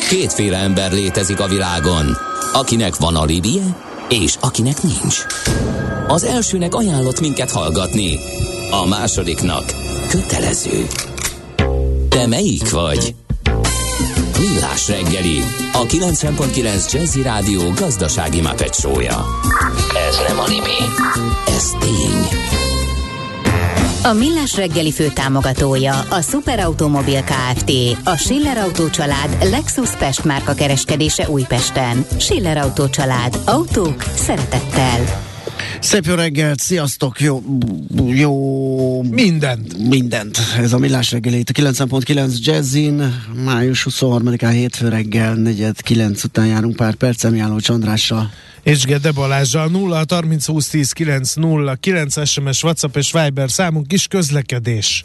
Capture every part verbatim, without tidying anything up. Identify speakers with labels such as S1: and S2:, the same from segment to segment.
S1: Kétféle ember létezik a világon, akinek van alibije, és akinek nincs. Az elsőnek ajánlott minket hallgatni, a másodiknak kötelező. Te melyik vagy? Millás reggeli, a kilencven pont kilenc Jazzy Rádió gazdasági Muppet show-ja. Ez nem anime, ez tény.
S2: A Millás reggeli főtámogatója a Superautomobil Kft. A Schiller Autó család Lexus Pest márka kereskedése Újpesten. Schiller Autó család. Autók szeretettel.
S3: Szép jó reggelt, sziasztok, jó, jó...
S4: Mindent.
S3: Mindent. Ez a Millás reggeli itt a kilencven pont kilenc Jazzin, május huszonharmadikán hétfő reggel, negyed kilenc után járunk pár percen, Jáló Csandrással.
S4: És Gede Balázsral. Nulla harminc húsz tíz kilenc nulla kilenc es em es, WhatsApp és Viber számunk is. Közlekedés.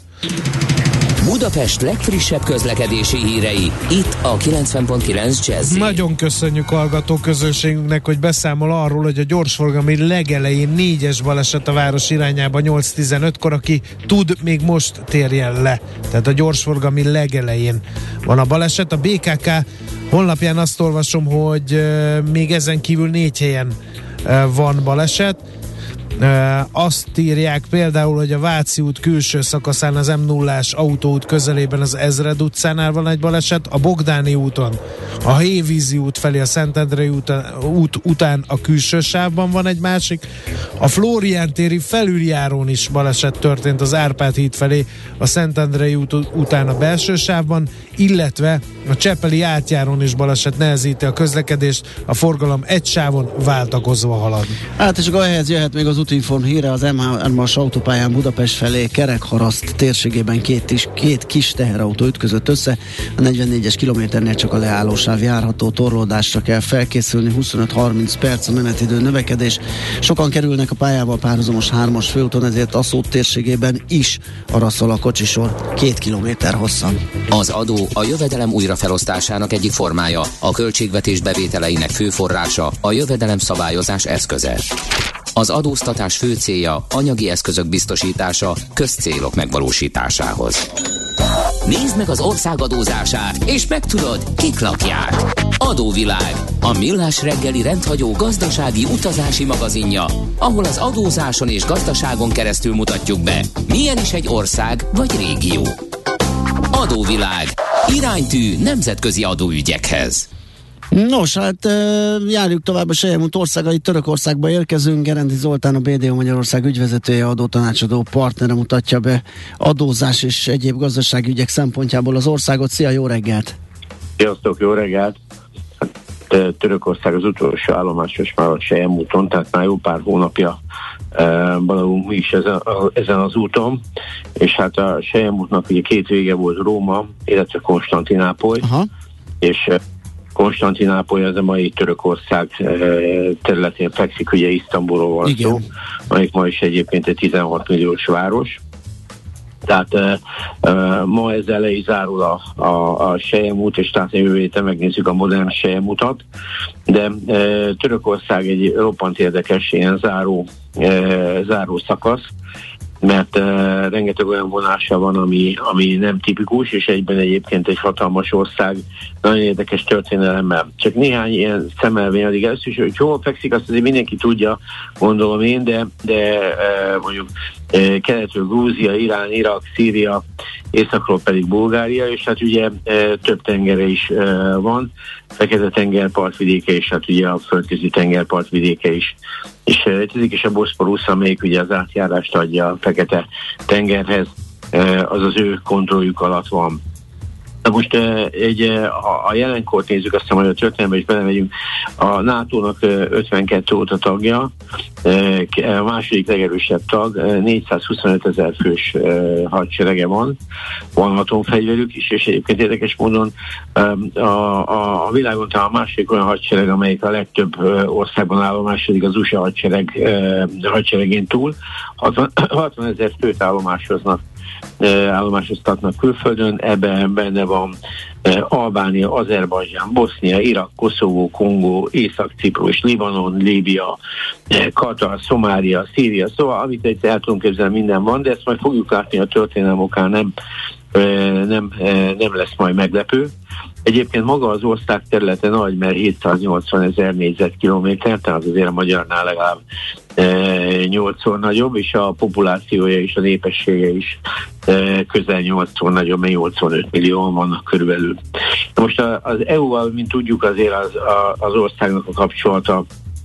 S1: Budapest legfrissebb közlekedési hírei, itt a kilencven pont kilenc Jazzy.
S4: Nagyon köszönjük hallgató közönségünknek, hogy beszámol arról, hogy a gyorsforgalmi legelején négyes baleset a város irányába nyolc tizenötkor, aki tud, még most térjen le. Tehát a gyorsforgalmi legelején van a baleset. A bé ká ká honlapján azt olvasom, hogy euh, még ezen kívül négy helyen euh, van baleset. Uh, azt írják például, hogy a Váci út külső szakaszán az em nullás autóút közelében az Ezred utcánál van egy baleset, a Bogdáni úton a Hévízi út felé a Szentendrei út, út után a külső sávban van egy másik, a Flórián téri felüljárón is baleset történt az Árpád híd felé a Szentendrei út után a belső sávban, illetve a Csepeli átjárón is baleset nehezíti a közlekedést, a forgalom egy sávon váltakozva halad.
S3: Hát és akkor ehhez jöhet még az Útinform híre, az em hármas autópályán Budapest felé Kerekharaszt térségében két, is, két kis teherautó ütközött össze, a negyvennégyes kilométernél csak a leállósáv járható, torlódásra kell felkészülni, huszonöt-harminc perc a menetidő növekedés. Sokan kerülnek a pályával párhuzamos hármas főúton, ezért Aszód térségében is araszol a kocsisor két kilométer hosszan.
S1: Az adó a jövedelem újrafelosztásának egyik formája, a költségvetés bevételeinek fő forrása, a jövedelem szabályozás eszköze. Az adóztatás fő célja anyagi eszközök biztosítása közcélok megvalósításához. Nézd meg az ország adózását, és megtudod, kik lakják. Adóvilág, a Millás reggeli rendhagyó gazdasági utazási magazinja, ahol az adózáson és gazdaságon keresztül mutatjuk be, milyen is egy ország vagy régió. Adóvilág, iránytű nemzetközi adóügyekhez.
S3: Nos, hát járjuk tovább a Selyemút országai, Törökországba érkezünk. Gerendi Zoltán, a bé dé o Magyarország ügyvezetője, adótanácsadó partnere mutatja be adózás és egyéb gazdasági ügyek szempontjából az országot. Szia, jó reggelt!
S5: Sziasztok, jó reggelt! Hát, Törökország az utolsó állomásos már a Selyemúton, tehát már jó pár hónapja balalunk mi is ezen, ezen az úton, és hát a Selyemútnak ugye két vége volt, Róma, illetve Konstantinápoly, Aha. és Konstantinápoly az a mai Törökország területén fekszik, ugye Isztambulról van Igen. szó, amelyik ma is egyébként egy tizenhat milliós város. Tehát uh, uh, ma ezzel le is zárul a, a, a Selyemút, és tehát jövő héten megnézzük a modern Selyemútat, de uh, Törökország egy roppant érdekes ilyen záró, uh, záró szakasz, mert uh, rengeteg olyan vonása van, ami, ami nem tipikus, és egyben egyébként egy hatalmas ország, nagyon érdekes történelemmel. Csak néhány ilyen szemelvény addig először is, hogy hol fekszik, azt azért mindenki tudja, gondolom én, de, de uh, mondjuk uh, keletről Grúzia, Irán, Irak, Szíria, északról pedig Bulgária, és hát ugye uh, több tengere is uh, van, Fekete-tenger partvidéke, és hát ugye a Földközi tenger partvidéke is. És uh, tízik is a Boszporusz, amelyik ugye az átjárást adja a Fekete-tengerhez, uh, az az ő kontrolljuk alatt van. Na most egy, a jelenkort nézzük, azt hiszem, hogy a történelembe is belemegyünk. A nátónak ötvenkettő óta tagja, a második legerősebb tag, négyszázhuszonöt ezer fős hadserege van, van atomfegyverük is, és egyébként érdekes módon a, a, a világon talán a második olyan hadsereg, amelyik a legtöbb országban áll, a második az u es á hadsereg, hadseregén túl, hatvan ezer főt állomásoznak állomásoztatnak külföldön, ebben benne van Albánia, Azerbajdzsán, Bosznia, Irak, Koszovó, Kongó, Észak-Ciprus, Libanon, Líbia, Katar, Szomália, Szíria, szóval amit egy el tudunk képzelni, minden van, de ezt majd fogjuk látni a történelem okán, nem, nem, nem lesz majd meglepő. Egyébként maga az ország területe nagy, mert hétszáznyolcvan ezer négyzetkilométer, tehát azért a magyarnál legalább nyolcszor nagyobb, és a populációja és a népessége is közel nyolcszor nagyobb, mert nyolcvanöt millióan vannak körülbelül. Most az é u-val, mint tudjuk, azért az, az országnak a kapcsolata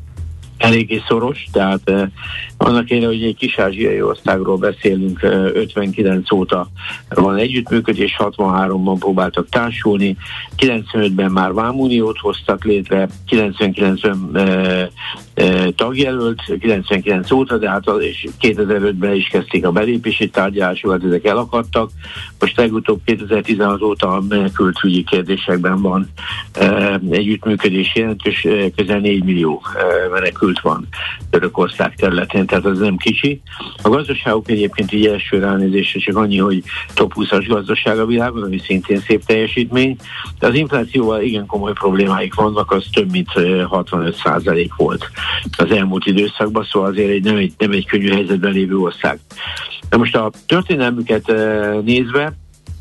S5: eléggé szoros, tehát eh, annak én, hogy egy kis-ázsiai országról beszélünk, eh, ötvenkilenc óta van együttműködés, hatvanháromban próbáltak társulni, kilencvenötben már vámuniót hoztak létre, kilencvenkilencben eh, eh, tagjelölt, kilencvenkilenc óta, de hát az, és kétezer-ötben is kezdték a belépési tárgyalásokat, ezek elakadtak. Most legutóbb kétezer-tizenhat óta a menekültügyi kérdésekben van eh, együttműködés jelentős, eh, közel négy millió eh, menekült van Törökország területén, tehát az nem kicsi. A gazdaságok egyébként így első ránézésre csak annyi, hogy top húszas gazdaság a világon, ami szintén szép teljesítmény, de az inflációval igen komoly problémáik vannak, az több mint hatvanöt százalék volt az elmúlt időszakban, szóval azért egy, nem, egy, nem egy könnyű helyzetben lévő ország. De most a történelmüket nézve,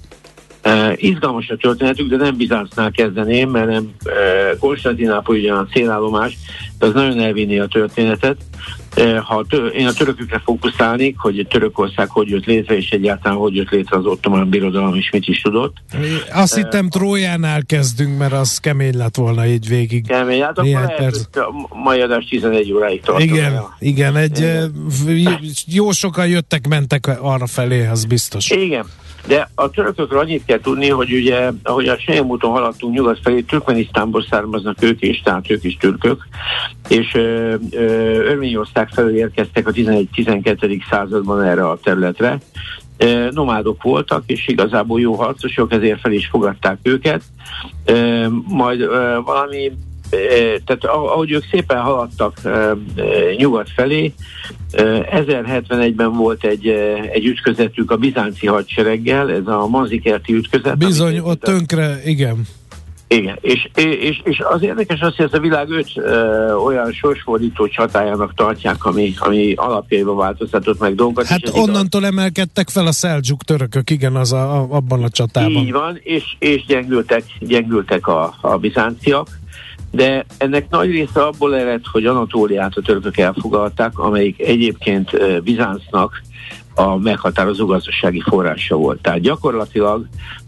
S5: Uh, izgalmas a történetük, de nem Bizáncnál kezdeném, mert nem uh, Konstantinápoly ugyan a célállomás, de az nagyon elvinni a történetet. Uh, ha tö- én a törökökre fókuszálnék, hogy Törökország hogy jött létre, és egyáltalán hogy jött létre az ottomán birodalom, és mit is tudott.
S4: Azt uh, hittem Trójánál kezdünk, mert az kemény lett volna így végig.
S5: Kemény, hát akkor lehet, hogy a mai adás tizenegy óráig tartott.
S4: Igen,
S5: ja.
S4: igen, egy igen. Jó sokan jöttek, mentek arra felé, az biztos.
S5: Igen. De a törökökről annyit kell tudni, hogy ugye, ahogy a Selyem úton haladtunk nyugat felé, Türkmenisztánból származnak ők is, tehát ők is türkök, és ö, ö, Örményország felől érkeztek a tizenegy-tizenkettedik században erre a területre. Ö, nomádok voltak, és igazából jó harcosok, ezért fel is fogadták őket. Ö, majd ö, valami tehát ahogy ők szépen haladtak nyugat felé, ezerhetvenegyben volt egy, egy ütközetük a bizánci hadsereggel, ez a Manzikerti ütközet.
S4: Bizony, ott tönkre, igen.
S5: Igen, és, és, és az érdekes az, hogy ez a világ öt ö, olyan sorsfordító csatájának tartják, ami, ami alapjaiban változtatott meg dolgokat.
S4: Hát onnantól igaz... emelkedtek fel a szeldzsuk törökök, igen, az a, a, abban a csatában.
S5: Így van, és, és gyengültek, gyengültek a, a bizánciak. De ennek nagy része abból ered, hogy Anatóliát a törökök elfogadták, amelyik egyébként Bizáncnak a meghatározó gazdasági forrása volt. Tehát gyakorlatilag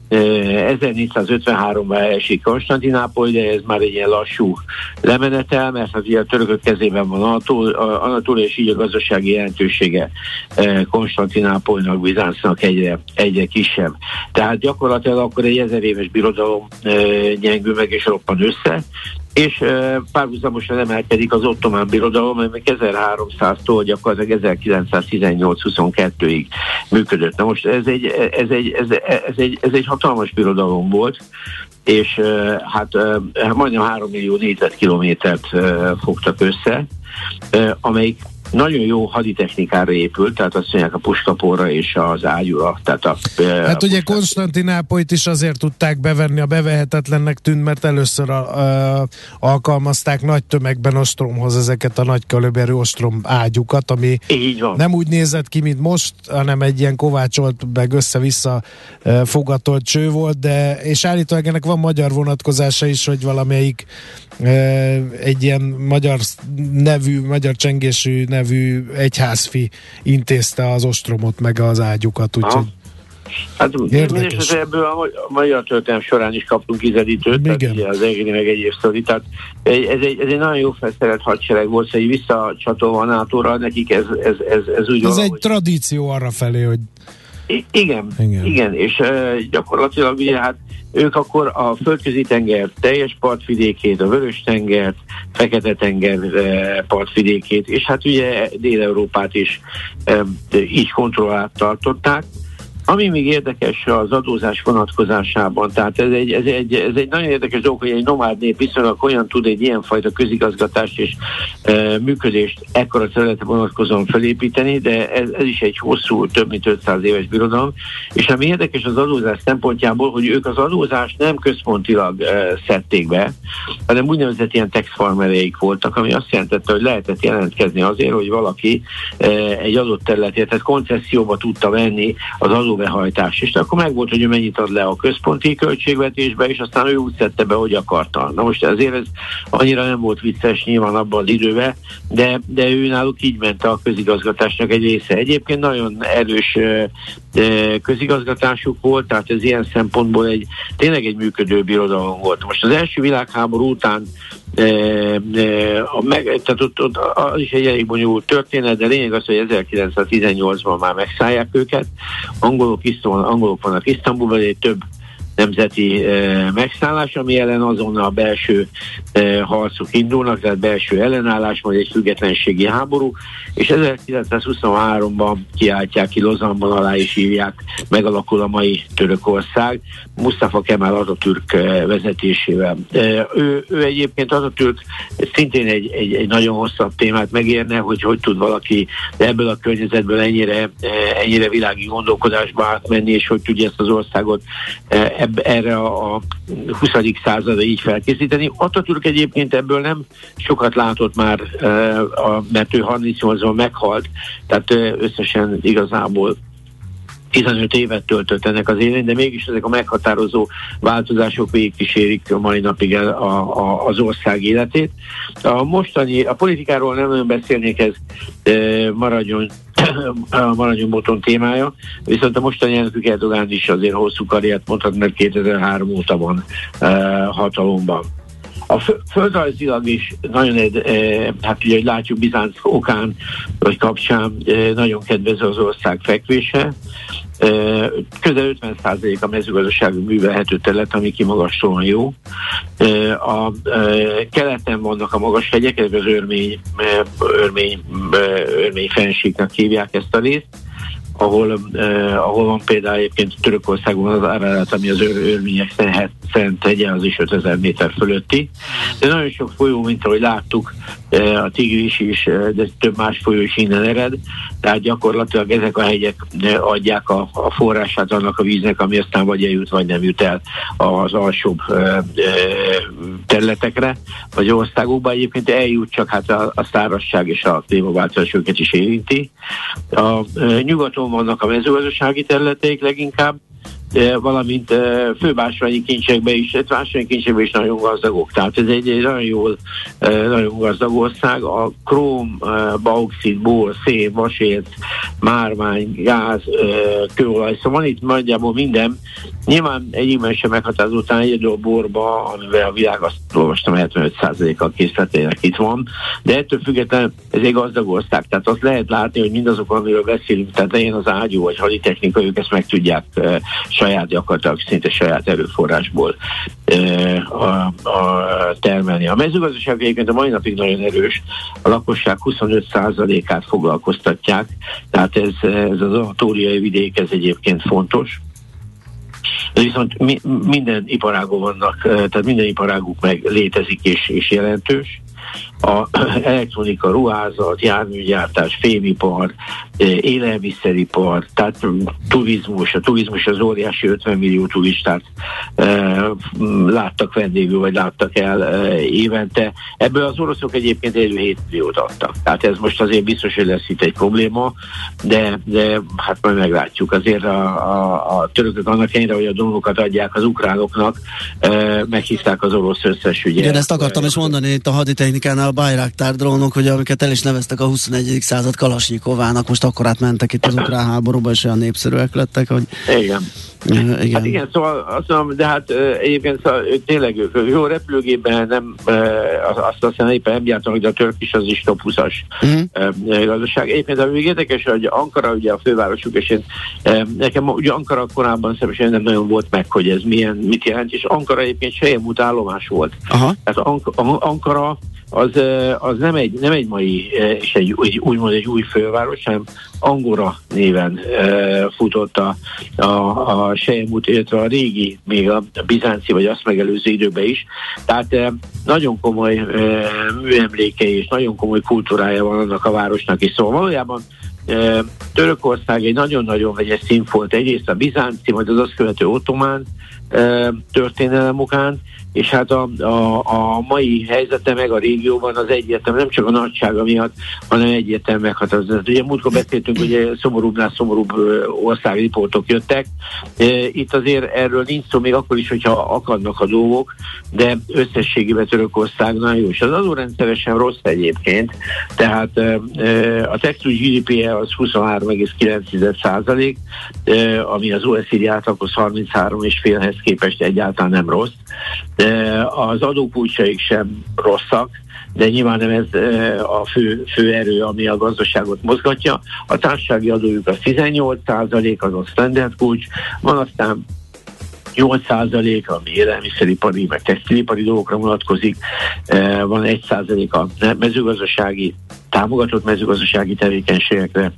S5: ezernégyszázötvenháromban esik Konstantinápoly, de ez már egy ilyen lassú lemenetel, mert hát ugye a törökök kezében van Anatólia, és így a gazdasági jelentősége Konstantinápolynak, Bizáncnak egyre, egyre kisebb. Tehát gyakorlatilag akkor egy ezer éves birodalom gyengül meg és roppan össze, és párhuzamosan emelkedik az ottomán birodalom, amely ezerháromszáztól gyakorlatilag ezerkilencszáztizennyolc-huszonkettőig működött. Na most ez egy, ez egy, ez, ez egy, ez egy hatalmas birodalom volt, és hát majdnem három millió négyzetkilométert fogtak össze, amelyik nagyon jó haditechnikára épült, tehát azt mondják a puskaporra és az ágyúra. Tehát a,
S4: hát a ugye Konstantinápolyt is azért tudták bevenni, a bevehetetlennek tűnt, mert először a, a, alkalmazták nagy tömegben ostromhoz ezeket a nagy kaliberű ostrom ágyukat, ami nem úgy nézett ki, mint most, hanem egy ilyen kovácsolt, meg össze-vissza fogatolt cső volt, de és állítólag ennek van magyar vonatkozása is, hogy valamelyik egy ilyen magyar nevű, magyar csengésű nevű egyházfi intézte az ostromot meg az ágyukat, úgyhogy
S5: hát érdekes. Ebből a magyar történelem során is kaptunk ízelítőt, tehát ugye az egéri meg egyéb sztori, tehát ez egy, ez egy nagyon jó felszerelt hadsereg volt, hogy visszacsatolva a nátóra, nekik ez, ez, ez, ez úgy
S4: Ez
S5: valami,
S4: egy
S5: hogy...
S4: tradíció arra felé, hogy
S5: I- igen, igen, igen, és uh, gyakorlatilag ugye hát ők akkor a Földközi-tenger teljes partvidékét, a Vörös-tengert, Fekete-tenger uh, partvidékét, és hát ugye Dél-Európát is um, így kontrollált tartották. Ami még érdekes az adózás vonatkozásában, tehát ez egy, ez, egy, ez egy nagyon érdekes dolog, hogy egy nomád nép viszonylag olyan tud egy ilyenfajta közigazgatást és e, működést ekkora területre vonatkozóan felépíteni, de ez, ez is egy hosszú, több mint ötszáz éves birodalom, és ami érdekes az adózás szempontjából, hogy ők az adózást nem központilag e, szedték be, hanem úgynevezett ilyen tax farmereik voltak, ami azt jelentette, hogy lehetett jelentkezni azért, hogy valaki e, egy adott területet, tehát koncesszióba tudta venni az adó adóbehajtás, és akkor meg volt, hogy ő mennyit ad le a központi költségvetésbe, és aztán ő úgy szedte be, hogy akarta. Na most ezért ez annyira nem volt vicces nyilván abban az időben, de, de ő náluk így ment a közigazgatásnak egy része. Egyébként nagyon erős közigazgatásuk volt, tehát ez ilyen szempontból egy, tényleg egy működő birodalom volt. Most az első világháború után e, e, a meg, tehát ott, ott az is egy elég bonyolult történet, de lényeg az, hogy ezerkilencszáztizennyolcban már megszállják őket. Angolok, angolok vannak Isztambulban, egy több nemzeti e, megszállás, ami ellen azonnal a belső e, harcok indulnak, tehát belső ellenállás, majd egy függetlenségi háború, és ezerkilencszázhuszonháromban kiáltják ki Lozannban, alá is írják, megalakul a mai Törökország, Mustafa Kemal Atatürk vezetésével. E, ő, ő egyébként Atatürk szintén egy, egy, egy nagyon hosszabb témát megérne, hogy hogy tud valaki ebből a környezetből ennyire, ennyire világi gondolkodásba átmenni, és hogy tudja ezt az országot e, erre a, a huszadik századra így felkészíteni. Atatürk egyébként ebből nem sokat látott már, mert ő harmincnyolcban meghalt, tehát összesen igazából tizenöt évet töltött ennek az élén, de mégis ezek a meghatározó változások végigkísérik a mai napig el a, a, az ország életét. A mostani, a politikáról nem nagyon beszélnék, ez e, maradjon maradjon boton témája, viszont a mostani elnökük Erdogán is azért hosszú karriert mondhat, mert kétezer-három óta van e, hatalomban. A földrajzilag is nagyon, e, hát ugye, hogy látjuk Bizánc okán, vagy kapcsán e, nagyon kedvező az ország fekvése. E, közel ötven százalék a mezőgazdasági művelhető terület, ami kimagaslóan jó. E, a e, keleten vannak a magas hegyek, ez az örmény, örmény, örmény fensíknak hívják ezt a részt, ahol, eh, ahol van például egyébként Törökországban az Ararat, ami az ör, örmények szent hegye, az is ötezer méter fölötti. De nagyon sok folyó, mint ahogy láttuk, eh, a Tigris is, eh, de több más folyó is innen ered, tehát gyakorlatilag ezek a hegyek eh, adják a, a forrását annak a víznek, ami aztán vagy eljut, vagy nem jut el az alsóbb eh, területekre, vagy országokban. Egyébként eljut, csak hát a, a szárazság és a klímaváltozás őket is érinti. A eh, nyugaton vannak a mezőgazdasági területeik leginkább, valamint főbásványi kincsekben is, básványi kincsekben is nagyon gazdagok. Tehát ez egy, egy nagyon jól, nagyon gazdag ország. A króm, bauxit, bor, szén, vasérc, márvány, gáz, kőolaj, szóval van itt nagyjából minden. Nyilván egyikben sem meghatározó, után egyedül a borba, amivel a világ, azt olvastam, hetvenöt százalék a készletének itt van, de ettől függetlenül ez egy gazdag ország. Tehát azt lehet látni, hogy mindazok, amiről beszélünk, tehát legyen az ágyú vagy haditechnika, ők ezt meg tudják saját gyakorlatilag, szinte saját erőforrásból e, a, a termelni. A mezőgazdaság egyébként a mai napig nagyon erős, a lakosság huszonöt százalékát foglalkoztatják, tehát ez, ez az anatóliai vidék, ez egyébként fontos. Viszont mi, minden iparágon vannak, tehát minden iparáguk meg létezik és, és jelentős. A elektronika, ruházat, járműgyártás, fémipar, élelmiszeripar, tehát turizmus, a turizmus az óriási ötven millió turistát e, láttak vendégül, vagy láttak el e, évente. Ebből az oroszok egyébként élő hét milliót adtak. Tehát ez most azért biztos, hogy lesz itt egy probléma, de, de hát majd meglátjuk. Azért a, a, a törökök annak ennyire, hogy a drónokat adják az ukránoknak, e, meghívták az orosz összes ügyet.
S3: Igen, ezt akartam is mondani itt a haditechnikánál, a Bayraktar drónok, hogy amiket el is neveztek a huszonegyedik század Kalasnyikovának, most akkor átmentek itt az ukrán háborúba, és olyan népszerűek lettek, hogy...
S5: Igen.
S3: Uh, igen.
S5: Hát igen, szóval azt mondom, de hát uh, egyébként szóval, tényleg ők jó repülőgépben nem, uh, azt aztán éppen nem gyártanak, de a török is az is top húszas uh-huh. uh, gazdaság. Egyébként ami még érdekes, hogy Ankara ugye a fővárosuk, és én, uh, nekem ugye Ankara korábban szemesen nem nagyon volt meg, hogy ez milyen, mit jelent, és Ankara egyébként selyemút állomás volt. Aha. Tehát Ank- Ankara az, az nem, egy, nem egy mai, és egy, egy, úgymond egy új főváros, hanem Angora néven e, futott a, a, a selyemút, illetve a régi, még a bizánci, vagy azt megelőző időben is. Tehát e, nagyon komoly e, műemlékei és nagyon komoly kultúrája van annak a városnak is. Szóval valójában e, Törökország egy nagyon-nagyon vegyes szín volt. Egyrészt a bizánci, majd az azt követő ottomán, történelem okán, és hát a, a, a mai helyzete meg a régióban az egyértelmű, nem csak a nagysága miatt, hanem egyértelmű meghatározott. Ugye múltkor beszéltünk, hogy szomorúbbnál szomorúbb országriportok jöttek. Itt azért erről nincs szó, még akkor is, hogyha akadnak a dolgok, de összességében Törökország nagyon jó. És az adórendszeresen rossz egyébként, tehát a textus gé dé pé-je az huszonhárom egész kilenc százalék, ami az o e cé dé átlaghoz harminchárom egész öthez képest egyáltalán nem rossz. Az adókulcsaik sem rosszak, de nyilván nem ez a fő, fő erő, ami a gazdaságot mozgatja. A társasági adójuk az tizennyolc százalék, az a standard kulcs, van aztán nyolc százalék, ami élelmiszeripari, meg textilipari dolgokra vonatkozik, van egy százalék a mezőgazdasági, támogatott mezőgazdasági tevékenységekre.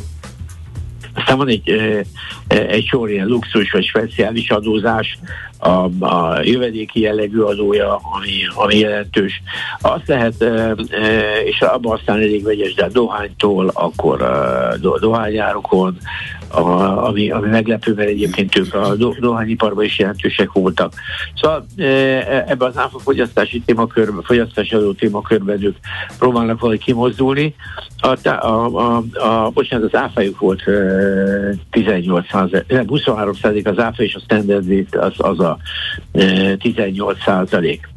S5: Aztán van egy, egy sor ilyen luxus vagy speciális adózás, a, a jövedéki jellegű adója, ami, ami jelentős. Azt lehet, és abban aztán elég vegyes, de dohánytól, akkor do, dohányárokon, a, ami, ami meglepő, mert egyébként ők a do, dohányiparban is jelentősek voltak. Szóval ebben az áfa fogyasztási témakörben, fogyasztási adó témakörben ők próbálnak valahogy kimozdulni. A, a, a, a, bocsánat, az áfájuk volt tizennyolc százalék, nem, huszonhárom százalék az áfa, és a standard rate az, az a tizennyolc százalék.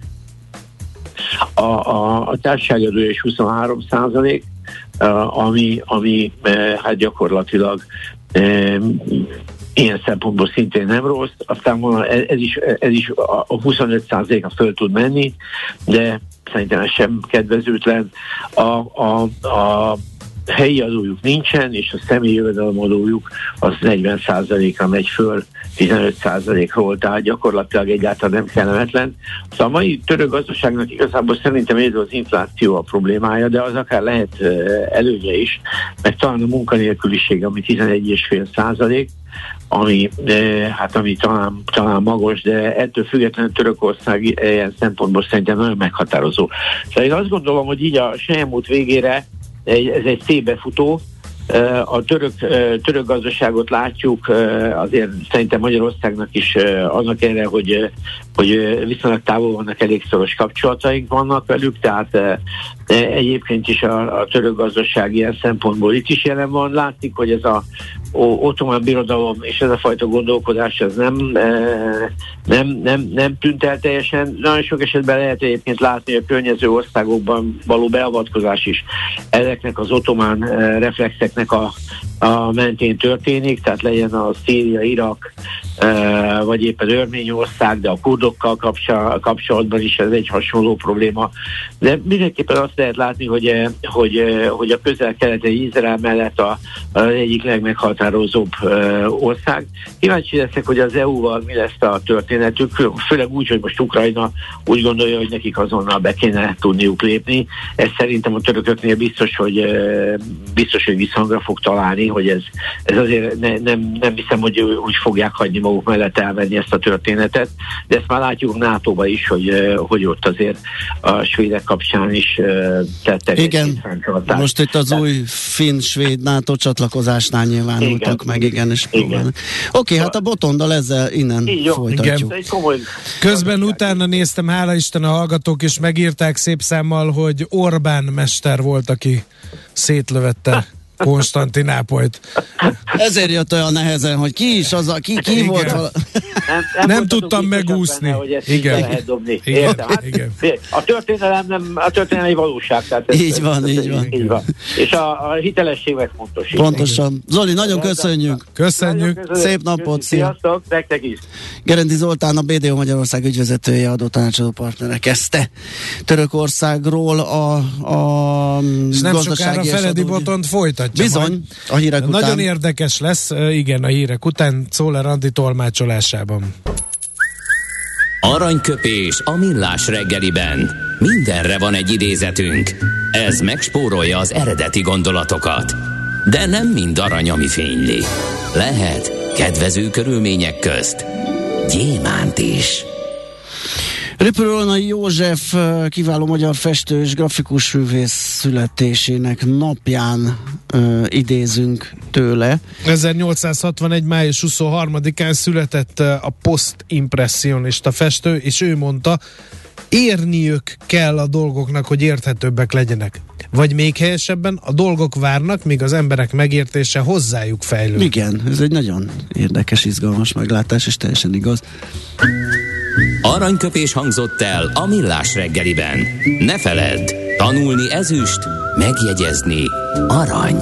S5: A, a, a társasági adója is huszonhárom százalék, ami, ami hát gyakorlatilag ilyen szempontból szintén nem rossz. Aztán van, ez is, ez is a huszonöt százaléka föl tud menni, de szerintem ez sem kedvezőtlen. A, a, a helyi adójuk nincsen, és a személyi jövedelemadójuk az negyven százalékra megy föl tizenöt százalékról, tehát gyakorlatilag egyáltalán nem kellemetlen. Szóval a mai török gazdaságnak igazából szerintem ez az infláció a problémája, de az akár lehet előnye is, mert talán a munkanélküliség, ami tizenegy egész öt százalék, ami, hát ami talán, talán magas, de ettől függetlenül Törökország ilyen szempontból szerintem nagyon meghatározó. Szóval én azt gondolom, hogy így a selyemút végére ez egy szép befutó. A török, török gazdaságot látjuk, azért szerintem Magyarországnak is annak erre, hogy, hogy viszonylag távol vannak, elég szoros kapcsolataink vannak velük, tehát egyébként is a, a török gazdaság ilyen szempontból itt is jelen van. Látszik, hogy ez a ottomán birodalom és ez a fajta gondolkodás ez nem, nem, nem, nem tűnt el teljesen. Nagyon sok esetben lehet egyébként látni, hogy a környező országokban való beavatkozás is ezeknek az ottomán reflexeknek a, a mentén történik, tehát legyen a Szíria, Irak, vagy éppen Örményország, de a kurdokkal kapcsolatban is ez egy hasonló probléma. De mindenképpen azt lehet látni, hogy, hogy, hogy a közel-keleti Izrael mellett a, az egyik legmeghatározóbb ország. Kíváncsi leszek, hogy az é u-val mi lesz a történetük, főleg úgy, hogy most Ukrajna úgy gondolja, hogy nekik azonnal be kéne tudniuk lépni. Ez szerintem a törököknél biztos, hogy biztos, hogy visszhangra fog találni, hogy ez, ez azért ne, nem, nem hiszem, hogy úgy fogják hagyni maguk mellett elvenni ezt a történetet, de ezt már látjuk nátóba is, hogy, hogy ott azért a svédek kapcsán is tettek.
S3: Igen, most itt az új finn-svéd NATO csatlakozásnál nyilvánultak igen, meg, igen, és próbálnak. Oké, okay, hát a botondal ezzel innen így folytatjuk. Igen.
S4: Komoly... Közben utána néztem, hála Isten, a hallgatók is megírták szép számmal, hogy Orbán mester volt, aki szétlövette Konstantinápolyt.
S3: Ezért jött olyan nehezen, hogy ki is az, a, ki, ki volt. Vala...
S4: Nem, nem, nem tudtam megúszni.
S5: Benne, hogy ezt igen. Lehet dobni. Igen. Hát, igen. A történelem nem, a történelem egy valóság. Tehát
S3: ez, így van, ez, így, van.
S5: így van. És a, a hitelesség meg fontos.
S3: Pontosan. Igen. Zoli, nagyon köszönjük.
S4: Köszönjük.
S3: Nagyon Szép napot.
S5: Sziasztok, nektek is.
S3: Gerendi Zoltán, a bé dé o Magyarország ügyvezetője, adótanácsadó partnere kezdte Törökországról a, a
S4: és nem sokára Feledi Botont folytatja.
S3: Bizony, a hírek után.
S4: Nagyon érdekes lesz, igen, a hírek után Czoller Andi tolmácsolásában.
S1: Aranyköpés a millás reggeliben. Mindenre van egy idézetünk. Ez megspórolja az eredeti gondolatokat. De nem mind arany, ami fényli. Lehet kedvező körülmények közt gyémánt is.
S3: Röpörölnai József kiváló magyar festő és grafikus művész születésének napján uh, idézünk tőle.
S4: ezernyolcszázhatvanegy. május huszonharmadikán született a posztimpresszionista festő, és ő mondta, érniük kell a dolgoknak, hogy érthetőbbek legyenek. Vagy még helyesebben, a dolgok várnak, míg az emberek megértése hozzájuk fejlődik.
S3: Igen, ez egy nagyon érdekes, izgalmas meglátás, és teljesen igaz.
S1: Aranyköpés hangzott el a Millás reggeliben. Ne feledd, tanulni ezüst, megjegyezni arany.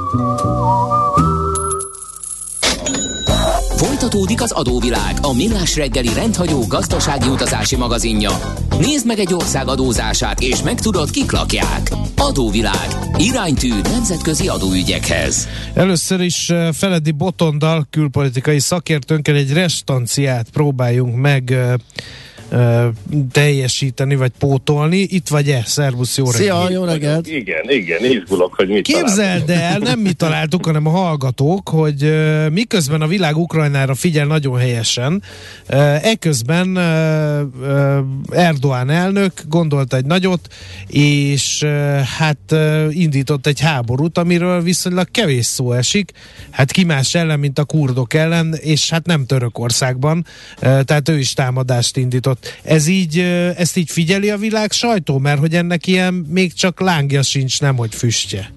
S1: Folytatódik az adóvilág, a Millás reggeli rendhagyó gazdasági utazási magazinja. Nézd meg egy ország adózását, és megtudod, kik lakják. Adóvilág. Iránytű nemzetközi adóügyekhez.
S4: Először is Feledi Botondal, külpolitikai szakértőnkkel egy restanciát próbáljunk meg uh, teljesíteni, vagy pótolni. Itt vagy-e? Szervusz, jó reggelt!
S3: Szia, jó reggelt!
S5: Igen, igen, izgulok, hogy mit
S4: Képzeld el, nem mi találtuk, hanem a hallgatók, hogy uh, miközben a világ Ukrajnára figyel nagyon helyesen, uh, eközben uh, uh, Erdoğan elnök gondolt egy nagyot, és uh, hát uh, indított egy háborút, amiről viszonylag kevés szó esik, hát ki más ellen, mint a kurdok ellen, és hát nem Törökországban, uh, tehát ő is támadást indított. Ez így, uh, ezt így figyeli a világ sajtó, mert hogy ennek ilyen még csak lángja sincs, nemhogy füstje.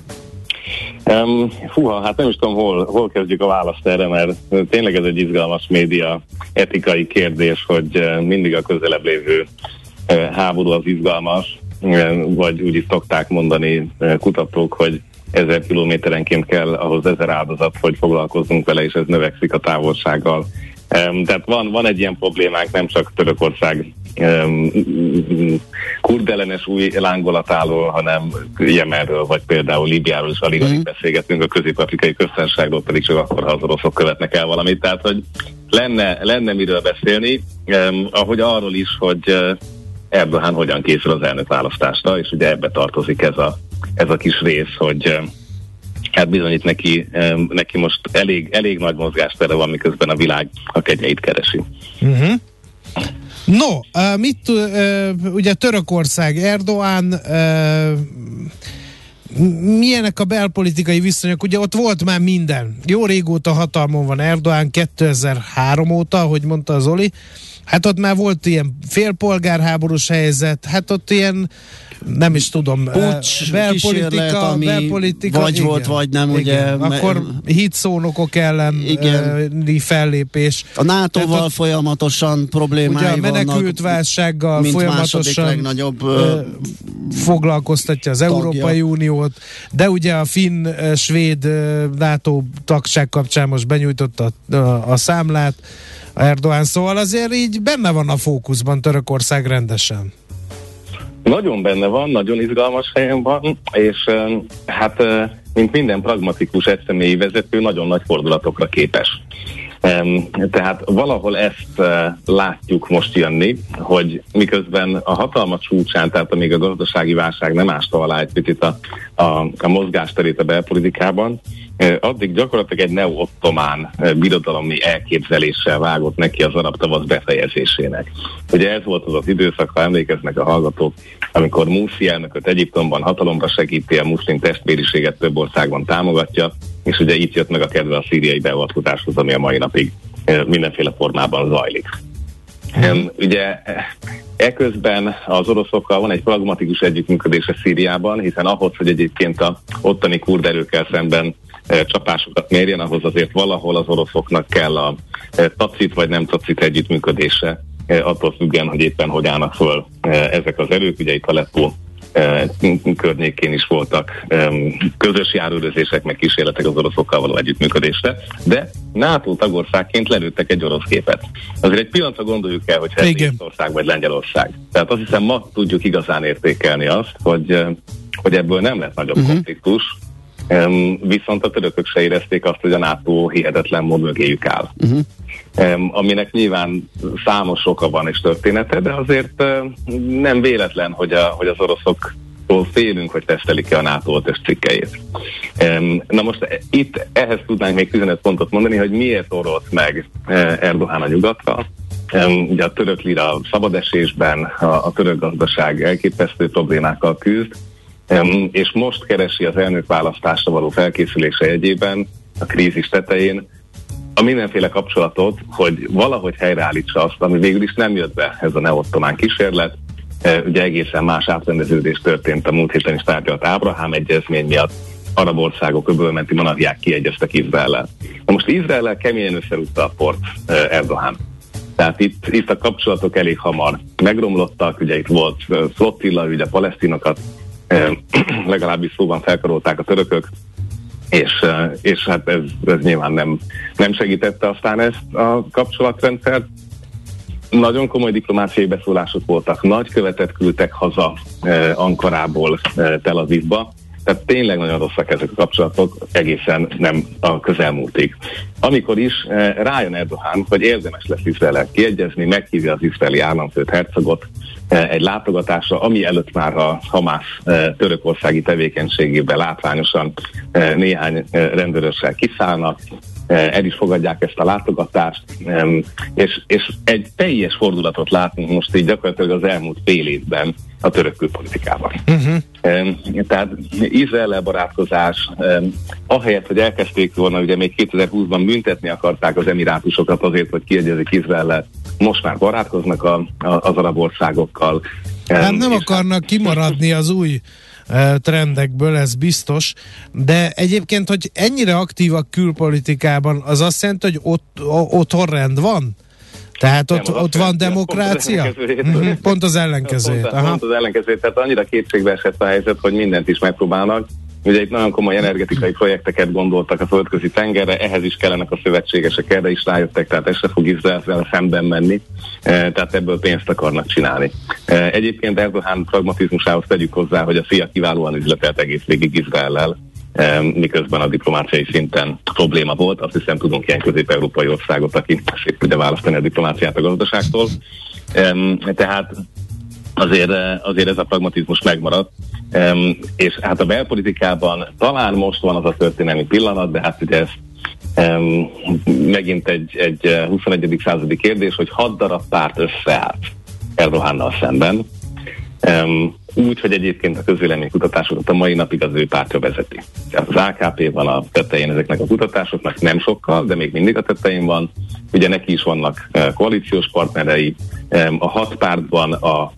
S6: Um, fúha, hát nem is tudom, hol, hol kezdjük a választ erre, mert tényleg ez egy izgalmas média etikai kérdés, hogy mindig a közelebb lévő háború az izgalmas, vagy úgy is szokták mondani kutatók, hogy ezer kilométerenként kell ahhoz ezer áldozat, hogy foglalkozzunk vele, és ez növekszik a távolsággal. Um, tehát van, van egy ilyen problémánk, nem csak Törökország um, kurdellenes új lángolatáról, hanem Jemenről, vagy például Líbiáról is alig, alig beszélgetünk, a Közép-Afrikai Köztársaságról pedig csak akkor, ha az oroszok követnek el valamit. Tehát, hogy lenne, lenne miről beszélni, um, ahogy arról is, hogy uh, Erdoğan hogyan készül az elnökválasztásra, és ugye ebbe tartozik ez a, ez a kis rész, hogy uh, hát bizonyít neki, neki most elég, elég nagy mozgástere van, miközben a világ a kegyeit keresi.
S4: Uh-huh. No, uh, mit uh, ugye Törökország, Erdoğan, uh, milyenek a belpolitikai viszonyok? Ugye ott volt már minden. Jó régóta hatalmon van Erdoğan, kétezer-három óta, ahogy mondta az Zoli. Hát ott már volt ilyen félpolgárháborús helyzet, hát ott ilyen, nem is tudom,
S3: pucs,
S4: belpolitika, belpolitika,
S3: vagy
S4: igen,
S3: volt, vagy nem, igen. Ugye.
S4: Akkor hitszónokok elleni fellépés.
S3: A nátóval ott, folyamatosan problémái vannak. Ugye a menekült
S4: válsággal folyamatosan legnagyobb, ö, foglalkoztatja az tagja. Európai Uniót, de ugye a finn-svéd NATO tagság kapcsán most benyújtotta a, a, a számlát Erdoğan, szóval azért így benne van a fókuszban Törökország rendesen.
S6: Nagyon benne van, nagyon izgalmas helyen van, és hát mint minden pragmatikus egyszemélyi vezető, nagyon nagy fordulatokra képes. Tehát valahol ezt látjuk most jönni, hogy miközben a hatalma csúcsán, tehát amíg a gazdasági válság nem ásta alá egy picit a, a, a mozgásterét a belpolitikában, addig gyakorlatilag egy neo-ottomán birodalomi elképzeléssel vágott neki az arab tavasz befejezésének. Ugye ez volt az az időszak, ha emlékeznek a hallgatók, amikor Mursi elnököt Egyiptomban hatalomra segíti, a muszlim testvériséget több országban támogatja, és ugye itt jött meg a kedve a szíriai beavatkozáshoz, ami a mai napig mindenféle formában zajlik. Um, ugye eközben az oroszokkal van egy pragmatikus együttműködése Szíriában, hiszen ahhoz, hogy egyébként a ottani kurd erőkkel szemben e, csapásokat mérjen, ahhoz azért valahol az oroszoknak kell a e, tacit vagy nem tacit együttműködése, e, attól függően, hogy éppen hogy állnak föl e, ezek az erők. Ugye itt Aleppo e, környékén is voltak e, közös járőrözések, meg kísérletek az oroszokkal való együttműködésre, de NATO tagországként lelőttek egy orosz képet. Azért egy pillanatra gondoljuk el, hogy Észtország vagy Lengyelország. Tehát azt hiszem, ma tudjuk igazán értékelni azt, hogy, hogy ebből nem lett nagyobb uh-huh. konfliktus, um, viszont a törökök se érezték azt, hogy a NATO hihetetlen mód mögéjük áll. Uh-huh. Um, aminek nyilván számos oka van és története, de azért uh, nem véletlen, hogy, a, hogy az oroszok félünk, hogy tesztelik-e a NATO ötös cikkeit. Um, na most itt ehhez tudnánk még tizenöt pontot mondani, hogy miért orolt meg uh, Erdoğan a nyugatra. ugye a török lira szabadesésben, a, a török gazdaság elképesztő problémákkal küzd, és most keresi az elnökválasztásra való felkészülése jegyében, a krízis tetején, a mindenféle kapcsolatot, hogy valahogy helyreállítsa azt, ami végül is nem jött be, ez a neottomán kísérlet. Ugye egészen más átrendeződés történt a múlt héten is tárgyalt Ábrahám egyezmény miatt, arab országok, öbölmenti monarchiák kiegyeztek Izraellel. Na most Izraellel keményen összerúgta a port Erdogan. Tehát itt, itt a kapcsolatok elég hamar megromlottak, ugye itt volt flottilla, ugye a palesztinokat legalábbis szóban felkarolták a törökök, és, és hát ez, ez nyilván nem, nem segítette aztán ezt a kapcsolatrendszert. Nagyon komoly diplomáciai beszólások voltak, nagykövetet küldtek haza eh, Ankarából eh, Tel Avivba, tehát tényleg nagyon rosszak ezek a kapcsolatok, egészen nem a közelmúltig. Amikor is eh, rájön Erdogan, hogy érdemes lesz Izraellel kiegyezni, meghívja az izraeli államfőt, hercogot eh, egy látogatásra, ami előtt már a Hamász eh, törökországi tevékenységében látványosan eh, néhány eh, rendőrössel kiszállnak, el is fogadják ezt a látogatást, és, és egy teljes fordulatot látunk most így gyakorlatilag az elmúlt fél évben a török külpolitikában. Uh-huh. Tehát Izraellel barátkozás, ahelyett, hogy elkezdték volna, ugye még kétezer-húszban büntetni akarták az emirátusokat azért, hogy kiegyezik Izraellel, most már barátkoznak a, a, az arab országokkal.
S4: Hát nem akarnak kimaradni az új trendekből, ez biztos, de egyébként, hogy ennyire aktívak külpolitikában, az azt jelenti, hogy ott, otthon rend van? Tehát ott, ott van demokrácia? Pont az ellenkezőjét.
S6: Pont, pont az ellenkezőjét, tehát annyira kétségbe esett a helyzet, hogy mindent is megpróbálnak. Ugye itt nagyon komoly energetikai projekteket gondoltak a földközi tengerre, ehhez is kellenek a szövetségesek, erre is rájöttek, tehát ez se fog Izraelvel szemben menni, tehát ebből pénzt akarnak csinálni. Egyébként Erdogan pragmatizmusához tegyük hozzá, hogy a fia kiválóan üzletelt egész végig Izraellel, miközben a diplomáciai szinten probléma volt. Azt hiszem, tudunk ilyen közép-európai országot, aki szép tudja választani a diplomáciát a gazdaságtól. Tehát azért, azért ez a pragmatizmus megmaradt. Um, és hát a belpolitikában talán most van az a történelmi pillanat, de hát ugye ez um, megint egy, egy huszonegyedik századi kérdés, hogy hat darab párt összeállt Erdogannal szemben. Um, úgy, hogy egyébként a közvéleménykutatásokat a mai napig az ő pártja vezeti. Tehát az á ká pé van a tetején ezeknek a kutatásoknak, nem sokkal, de még mindig a tetején van. Ugye neki is vannak uh, koalíciós partnerei. Um, a hat pártban a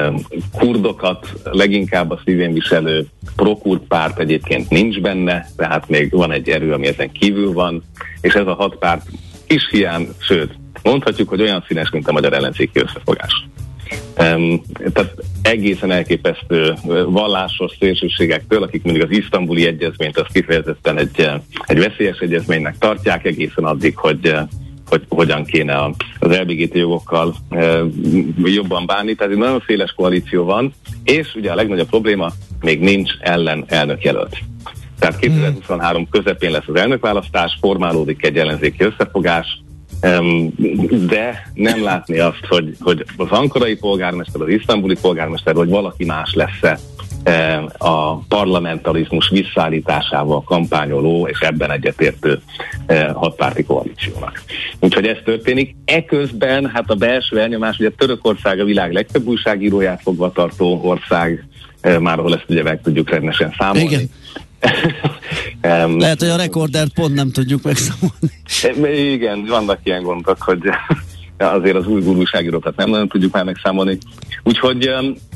S6: kurdokat leginkább a szívén viselő pro-kurd párt egyébként nincs benne, tehát még van egy erő, ami ezen kívül van, és ez a hat párt is hiány, sőt, mondhatjuk, hogy olyan színes, mint a magyar ellenzéki összefogás. Um, tehát egészen elképesztő vallásos szélsőségektől, akik mindig az isztambuli egyezményt azt kifejezetten egy, egy veszélyes egyezménynek tartják, egészen addig, hogy hogy hogyan kéne az el bé gé té jogokkal e, jobban bánni. Tehát egy nagyon széles koalíció van, és ugye a legnagyobb probléma, még nincs ellen elnökjelölt. Tehát kétezer-huszonhárom közepén lesz az elnökválasztás, formálódik egy ellenzéki összefogás, de nem látni azt, hogy, hogy az ankarai polgármester, az isztambuli polgármester, vagy valaki más lesz-e a parlamentarizmus visszaállításával kampányoló és ebben egyetértő hatpárti koalíciónak. Úgyhogy ez történik. Eközben hát a belső elnyomás, ugye Törökország a világ legtöbb újságíróját fogva tartó ország, már ahol ezt ugye meg tudjuk rendesen számolni.
S3: Igen. um, Lehet, hogy a rekordert pont nem tudjuk megszámolni.
S6: Igen, vannak ilyen gondok, hogy azért az új újságírókat nem nagyon tudjuk már megszámolni. Úgyhogy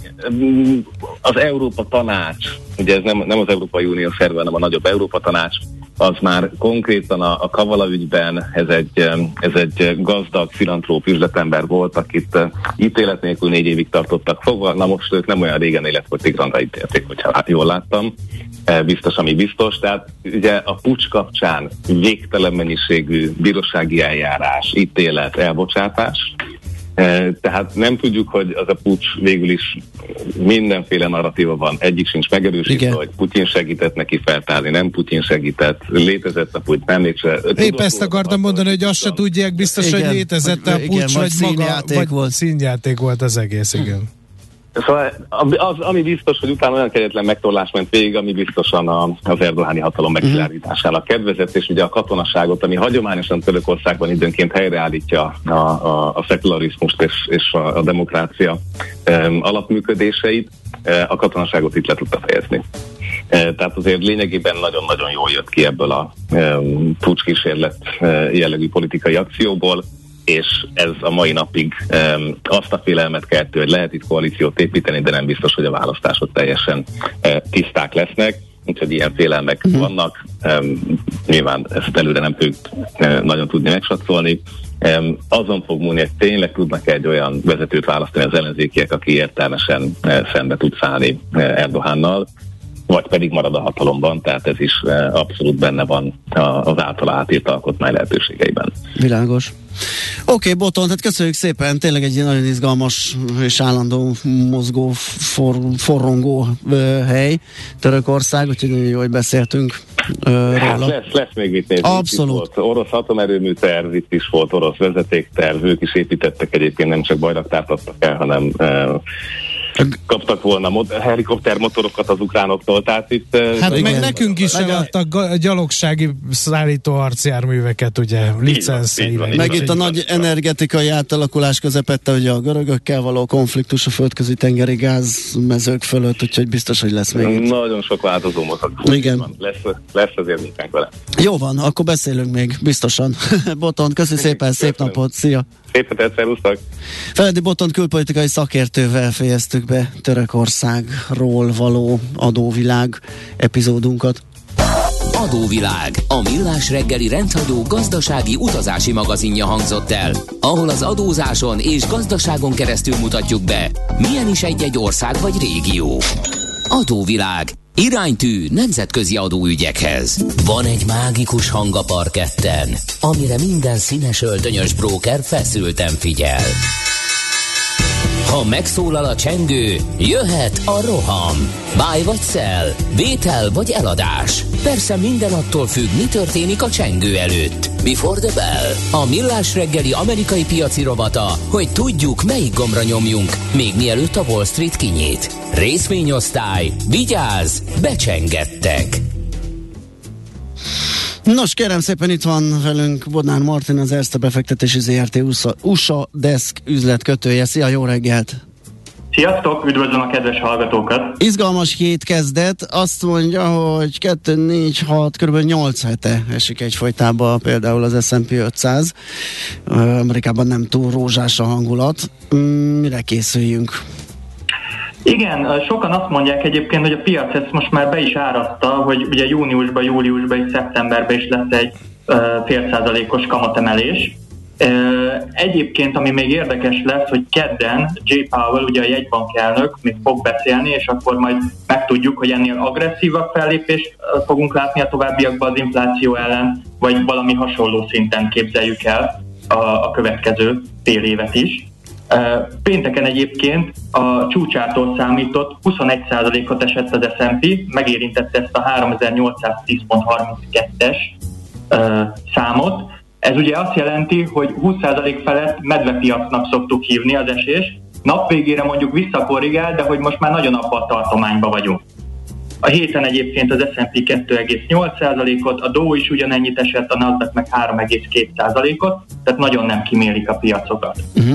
S6: az Európa Tanács, ugye ez nem, nem az Európai Unió szerve, hanem a nagyobb Európa Tanács, az már konkrétan a, a Kavala ügyben, ez egy, ez egy gazdag, filantróp üzletember volt, akit ítélet nélkül négy évig tartottak fogva. Na most ők nem olyan régen életfogytiglanra ítélték, hogyha jól láttam. Biztos, ami biztos. Tehát ugye a puccs kapcsán végtelen mennyiségű bírósági eljárás, ítélet, elbocsátás. Tehát nem tudjuk, hogy az a puccs végül is mindenféle narratíva van. Egyik sincs megerősítve, hogy Putyin segített neki feltárni, nem Putyin segített, létezett a puccs, nem létezett.
S4: Épp ezt akartam mondani, hogy azt se tudják biztos, igen, hogy létezett a puccs, vagy, vagy maga, vagy volt. Színjáték volt az egész, igen.
S6: Szóval az, ami biztos, hogy utána olyan kegyetlen megtorlás ment végig, ami biztosan a, az erdogáni hatalom megszilárdításának kedvezett, és ugye a katonaságot, ami hagyományosan Törökországban időnként helyreállítja a, a, a szekularizmust és, és a, a demokrácia um, alapműködéseit, a katonaságot itt le tudta fejezni. Tehát azért lényegében nagyon-nagyon jól jött ki ebből a um, pucskísérlet uh, jellegű politikai akcióból, és ez a mai napig um, azt a félelmet keltő, hogy lehet itt koalíciót építeni, de nem biztos, hogy a választások teljesen uh, tiszták lesznek, úgyhogy ilyen félelmek uh-huh. vannak. Um, nyilván ezt előre nem tudjuk uh, nagyon tudni megsatszolni. Um, azon fog múlni, hogy tényleg tudnak egy olyan vezetőt választani az ellenzékiek, aki értelmesen uh, szembe tud szállni uh, Erdogánnal, vagy pedig marad a hatalomban, tehát ez is uh, abszolút benne van az általa átírt alkotmány lehetőségeiben.
S3: Világos. Oké, okay, Botond, hát köszönjük szépen, tényleg egy nagyon izgalmas és állandó mozgó, for, forrongó uh, hely, Törökország, úgyhogy nagyon jó, hogy beszéltünk uh,
S6: hát
S3: róla.
S6: Lesz, lesz még mit nézni.
S3: Abszolút.
S6: Itt volt orosz atomerőmű terv, itt is volt orosz vezetékterv, ők is építettek egyébként, nem csak bajraktárt adtak el, hanem uh, kaptak volna mod- helikoptermotorokat az ukránoktól, tehát itt...
S4: Hát
S6: igen,
S4: meg nekünk is adtak gyalogsági szállító harcjárműveket, ugye, licenszeivel.
S3: Meg itt a nagy energetikai átalakulás közepette, ugye a görögökkel való konfliktus a földközi tengeri gázmezők fölött, úgyhogy biztos, hogy lesz még itt.
S6: Nagyon sok változó mozog.
S3: Igen.
S6: Lesz, lesz azért munkánk vele.
S3: Jó van, akkor beszélünk még, biztosan. Botond, köszi szépen, szép napot, szia!
S6: Szép hetet, szervusztok!
S3: Feledi Botond külpolitikai szakértővel fejeztük be Törökországról való adóvilág epizódunkat.
S1: Adóvilág, a millás reggeli rendhagyó gazdasági utazási magazinja hangzott el, ahol az adózáson és gazdaságon keresztül mutatjuk be, milyen is egy-egy ország vagy régió. Adóvilág, iránytű nemzetközi adóügyekhez. Van egy mágikus hang a parketten, amire minden színes öltönyös bróker feszülten figyel. Ha megszólal a csengő, jöhet a roham. Buy vagy sell, vétel vagy eladás. Persze minden attól függ, mi történik a csengő előtt. Before the bell, a millás reggeli amerikai piaci rovata, hogy tudjuk, melyik gombra nyomjunk, még mielőtt a Wall Street kinyit. Részvényosztály, vigyázz, becsengettek!
S3: Nos, kérem szépen, itt van velünk Bodnár Martin, az Erste befektetési zé er té u es á Desk üzletkötője. Szia, jó reggelt!
S7: Sziasztok, üdvözlöm a kedves hallgatókat!
S3: Izgalmas hét kezdet, azt mondja, hogy kettő, négy, hat, kb. nyolc hete esik egyfolytában például az es and pé ötszáz. Amerikában nem túl rózsás a hangulat. Mire készüljünk?
S7: Igen, sokan azt mondják egyébként, hogy a piac ezt most már be is árazta, hogy ugye júniusban, júliusban és szeptemberben is lesz egy uh, fél százalékos kamatemelés. Uh, egyébként, ami még érdekes lesz, hogy kedden Jay Powell, ugye a jegybank elnök még fog beszélni, és akkor majd megtudjuk, hogy ennél agresszívabb fellépést fogunk látni a továbbiakban az infláció ellen, vagy valami hasonló szinten képzeljük el a, a következő fél évet is. Pénteken egyébként a csúcsától számított huszonegy százalékot esett az es and pé, megérintette ezt a háromezer-nyolcszáztíz egész harminckettes számot. Ez ugye azt jelenti, hogy húsz százalék felett medvepiacnak szoktuk hívni az esés. Napvégére mondjuk visszakorrigál, de hogy most már nagyon abban a tartományban vagyunk. A héten egyébként az es and pé kettő egész nyolc százalékot, a Dow is ugyanennyit esett, a Nasdaq meg három egész két százalékot, tehát nagyon nem kimélik a piacokat. Uh-huh.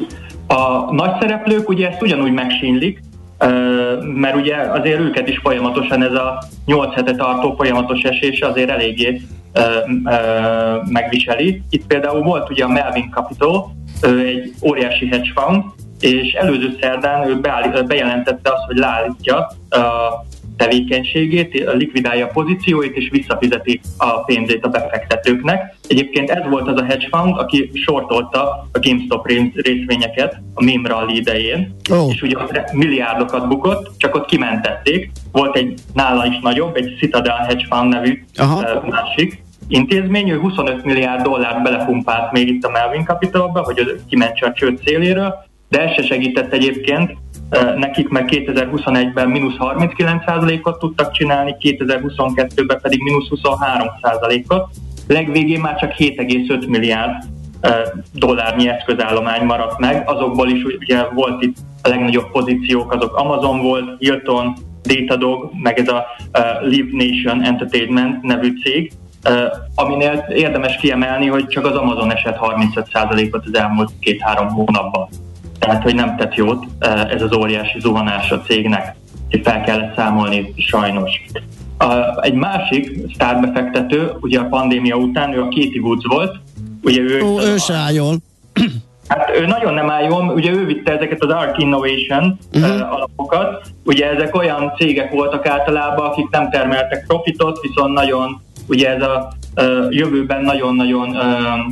S7: A nagy szereplők ugye ezt ugyanúgy megsínlik, mert ugye azért őket is folyamatosan ez a nyolc hete tartó folyamatos esés azért eléggé megviseli. Itt például volt ugye a Melvin Capital, egy óriási hedge fund, és előző szerdán ő bejelentette azt, hogy leállítja a tevékenységét, likvidálja a pozícióit és visszafizeti a pénzét a befektetőknek. Egyébként ez volt az a hedge fund, aki sortolta a GameStop részvényeket a meme rally idején, oh. és ugye milliárdokat bukott, csak ott kimentették. Volt egy nála is nagyobb, egy Citadel Hedge Fund nevű uh, másik intézmény, ő huszonöt milliárd dollárt belepumpált még itt a Melvin Capitalba, hogy kimentse a csőd széléről, de ez se segített egyébként. Nekik meg kétezer-huszonegyben mínusz harminckilenc százalékot tudtak csinálni, kétezer-huszonkettőben pedig mínusz huszonhárom százalékot. Legvégén már csak hét egész öt milliárd dollárnyi eszközállomány maradt meg, azokból is ugye volt itt a legnagyobb pozíciók, azok Amazon volt, Hilton, Datadog, meg ez a uh, Live Nation Entertainment nevű cég, uh, aminél érdemes kiemelni, hogy csak az Amazon esett harmincöt százalékot az elmúlt két-három hónapban. Tehát, hogy nem tett jót uh, ez az óriási zuhanás a cégnek, hogy fel kellett számolni sajnos. Uh, egy másik sztárbefektető, ugye a pandémia után, ő a Katie Woods volt. Ugye ő,
S3: Ó, ő se áll jól.
S7: Hát ő nagyon nem áll jól, ugye ő vitte ezeket az Arc Innovation uh-huh. uh, alapokat. Ugye ezek olyan cégek voltak általában, akik nem termeltek profitot, viszont nagyon, ugye ez a uh, jövőben nagyon-nagyon uh,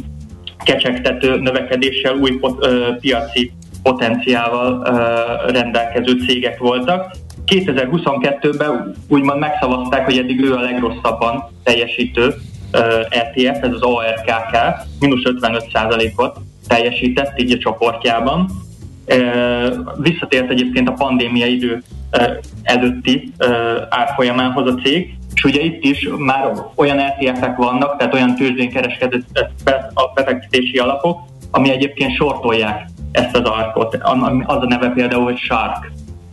S7: kecsegtető növekedéssel, új pot, uh, piaci potenciával uh, rendelkező cégek voltak. kétezer-huszonkettőben úgymond megszavazták, hogy eddig ő a legrosszabban teljesítő uh, é té ef, ez az á er ká ká, mínusz ötvenöt százalékot teljesített így a csoportjában. Uh, visszatért egyébként a pandémia idő uh, előtti uh, árfolyamához a cég, és ugye itt is már olyan é té ef-ek vannak, tehát olyan tőzsdén kereskedő a befektetési alapok, ami egyébként sortolják ezt az arkot. Az a neve például, hogy Shark.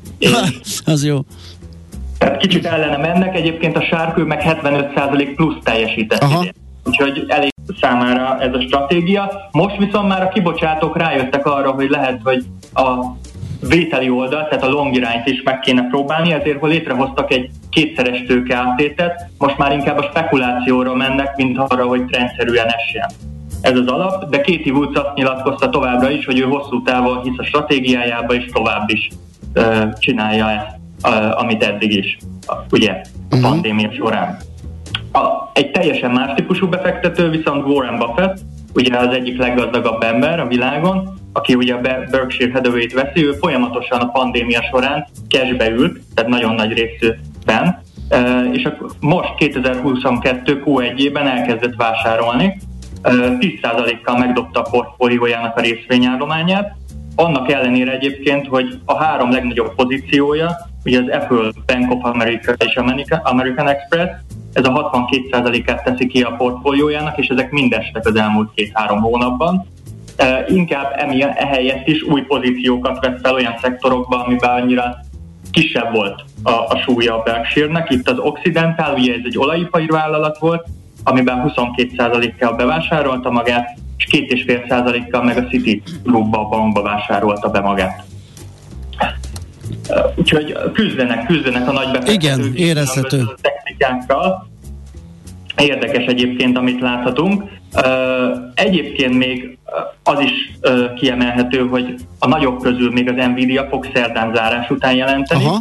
S3: Az jó.
S7: Tehát kicsit ellene mennek, egyébként a Shark, ő meg hetvenöt százalék plusz teljesített. Úgyhogy elég számára ez a stratégia. Most viszont már a kibocsátók rájöttek arra, hogy lehet, hogy a vételi oldal, tehát a long irányt is meg kéne próbálni, ezért létrehoztak egy kétszeres tőke áttétet, most már inkább a spekulációra mennek, mint arra, hogy trendszerűen essen. Ez az alap, de Katie Woods azt nyilatkozta továbbra is, hogy ő hosszú távon hisz a stratégiájába, és tovább is uh, csinálja ezt, uh, amit eddig is, uh, ugye, a pandémia során. A, egy teljesen más típusú befektető viszont Warren Buffett, ugye az egyik leggazdagabb ember a világon, aki ugye a Berkshire Hathaway-t veszi, ő folyamatosan a pandémia során cashbe ült, tehát nagyon nagy részben, uh, és akkor most kétezer-huszonkettő kú egyében elkezdett vásárolni, tíz százalékkal megdobta a portfóliójának a részvényállományát, annak ellenére egyébként, hogy a három legnagyobb pozíciója, ugye az Apple, Bank of America és American Express, ez a hatvankét százalékát teszi ki a portfóliójának, és ezek mind estek az elmúlt két-három hónapban. E, inkább emilyen, ehelyett is új pozíciókat vett fel olyan szektorokban, amiben annyira kisebb volt a, a súlya a Berkshire-nek. Itt az Occidental, ugye ez egy olajipari vállalat volt, amiben huszonkét százalékkal bevásárolta magát, és két egész öt százalékkal meg a City Groupba, a bankba vásárolta be magát. Úgyhogy küzdenek, küzdenek a nagy befektetők.
S3: Igen, érezhető.
S7: Technikákkal. Érdekes egyébként, amit láthatunk. Egyébként még az is kiemelhető, hogy a nagyobb közül még az Nvidia fog szerdán zárás után jelenteni. Aha.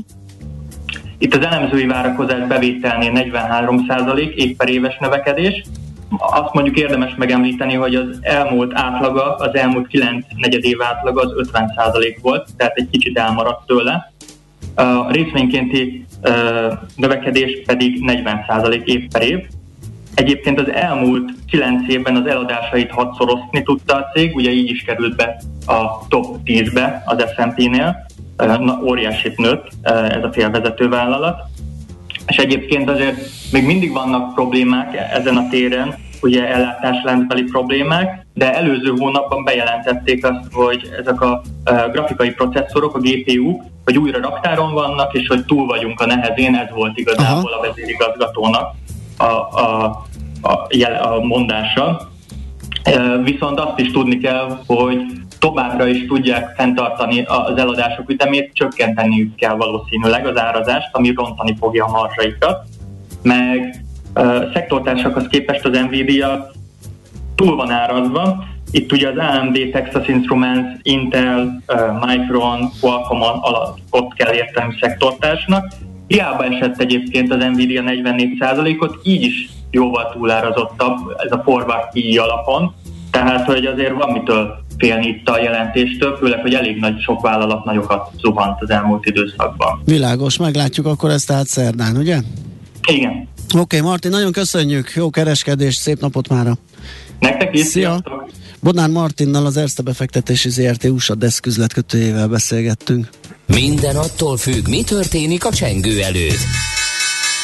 S7: Itt az elemzői várakozás bevételnél negyvenhárom százalék év per éves növekedés. Azt mondjuk érdemes megemlíteni, hogy az elmúlt átlaga, az elmúlt kilenc negyedév átlaga az ötven százalék volt, tehát egy kicsit elmaradt tőle. A részvénykénti növekedés pedig negyven százalék év per év. Egyébként az elmúlt kilenc évben az eladásait hatszorozni tudta a cég, ugye így is került be a top tízbe az es and pé-nél. Na, óriásit nőtt ez a félvezető vállalat. És egyébként azért még mindig vannak problémák ezen a téren, ugye ellátásláncbeli problémák, de előző hónapban bejelentették azt, hogy ezek a grafikai processzorok, a gé pé ú-k, hogy újra raktáron vannak, és hogy túl vagyunk a nehezén, ez volt igazából Aha. a vezérigazgatónak a, a, a, a mondása. Viszont azt is tudni kell, hogy továbbra is tudják fenntartani az eladások ütemét, csökkenteniük kell valószínűleg az árazást, ami rontani fogja a marzsaikat. Meg uh, szektortársakhoz képest az Nvidia túl van árazva. Itt ugye az á em dé, Texas Instruments, Intel, uh, Micron, Qualcomm alatt ott kell érteni szektortársnak. Hiába esett egyébként az Nvidia negyvennégy százalékot, így is jóval túlárazottabb ez a forward pé i alapon. Tehát, hogy azért van mitől félni itt a jelentéstől, főleg, hogy elég nagy, sok vállalat nagyokat zuhant az elmúlt időszakban.
S3: Világos, meglátjuk akkor ezt tehát szerdán, ugye?
S7: Igen.
S3: Oké, okay, Martin, nagyon köszönjük, jó kereskedést, szép napot mára!
S7: Nektek is,
S3: Szia!
S7: Sziasztok.
S3: Bodnár Martinnal, az Erste befektetési zé er té u es á deszk üzletkötőjével beszélgettünk.
S1: Minden attól függ, mi történik a csengő előtt.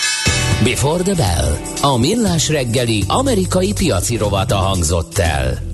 S1: Before the Bell. A millás reggeli amerikai piaci rovata hangzott el.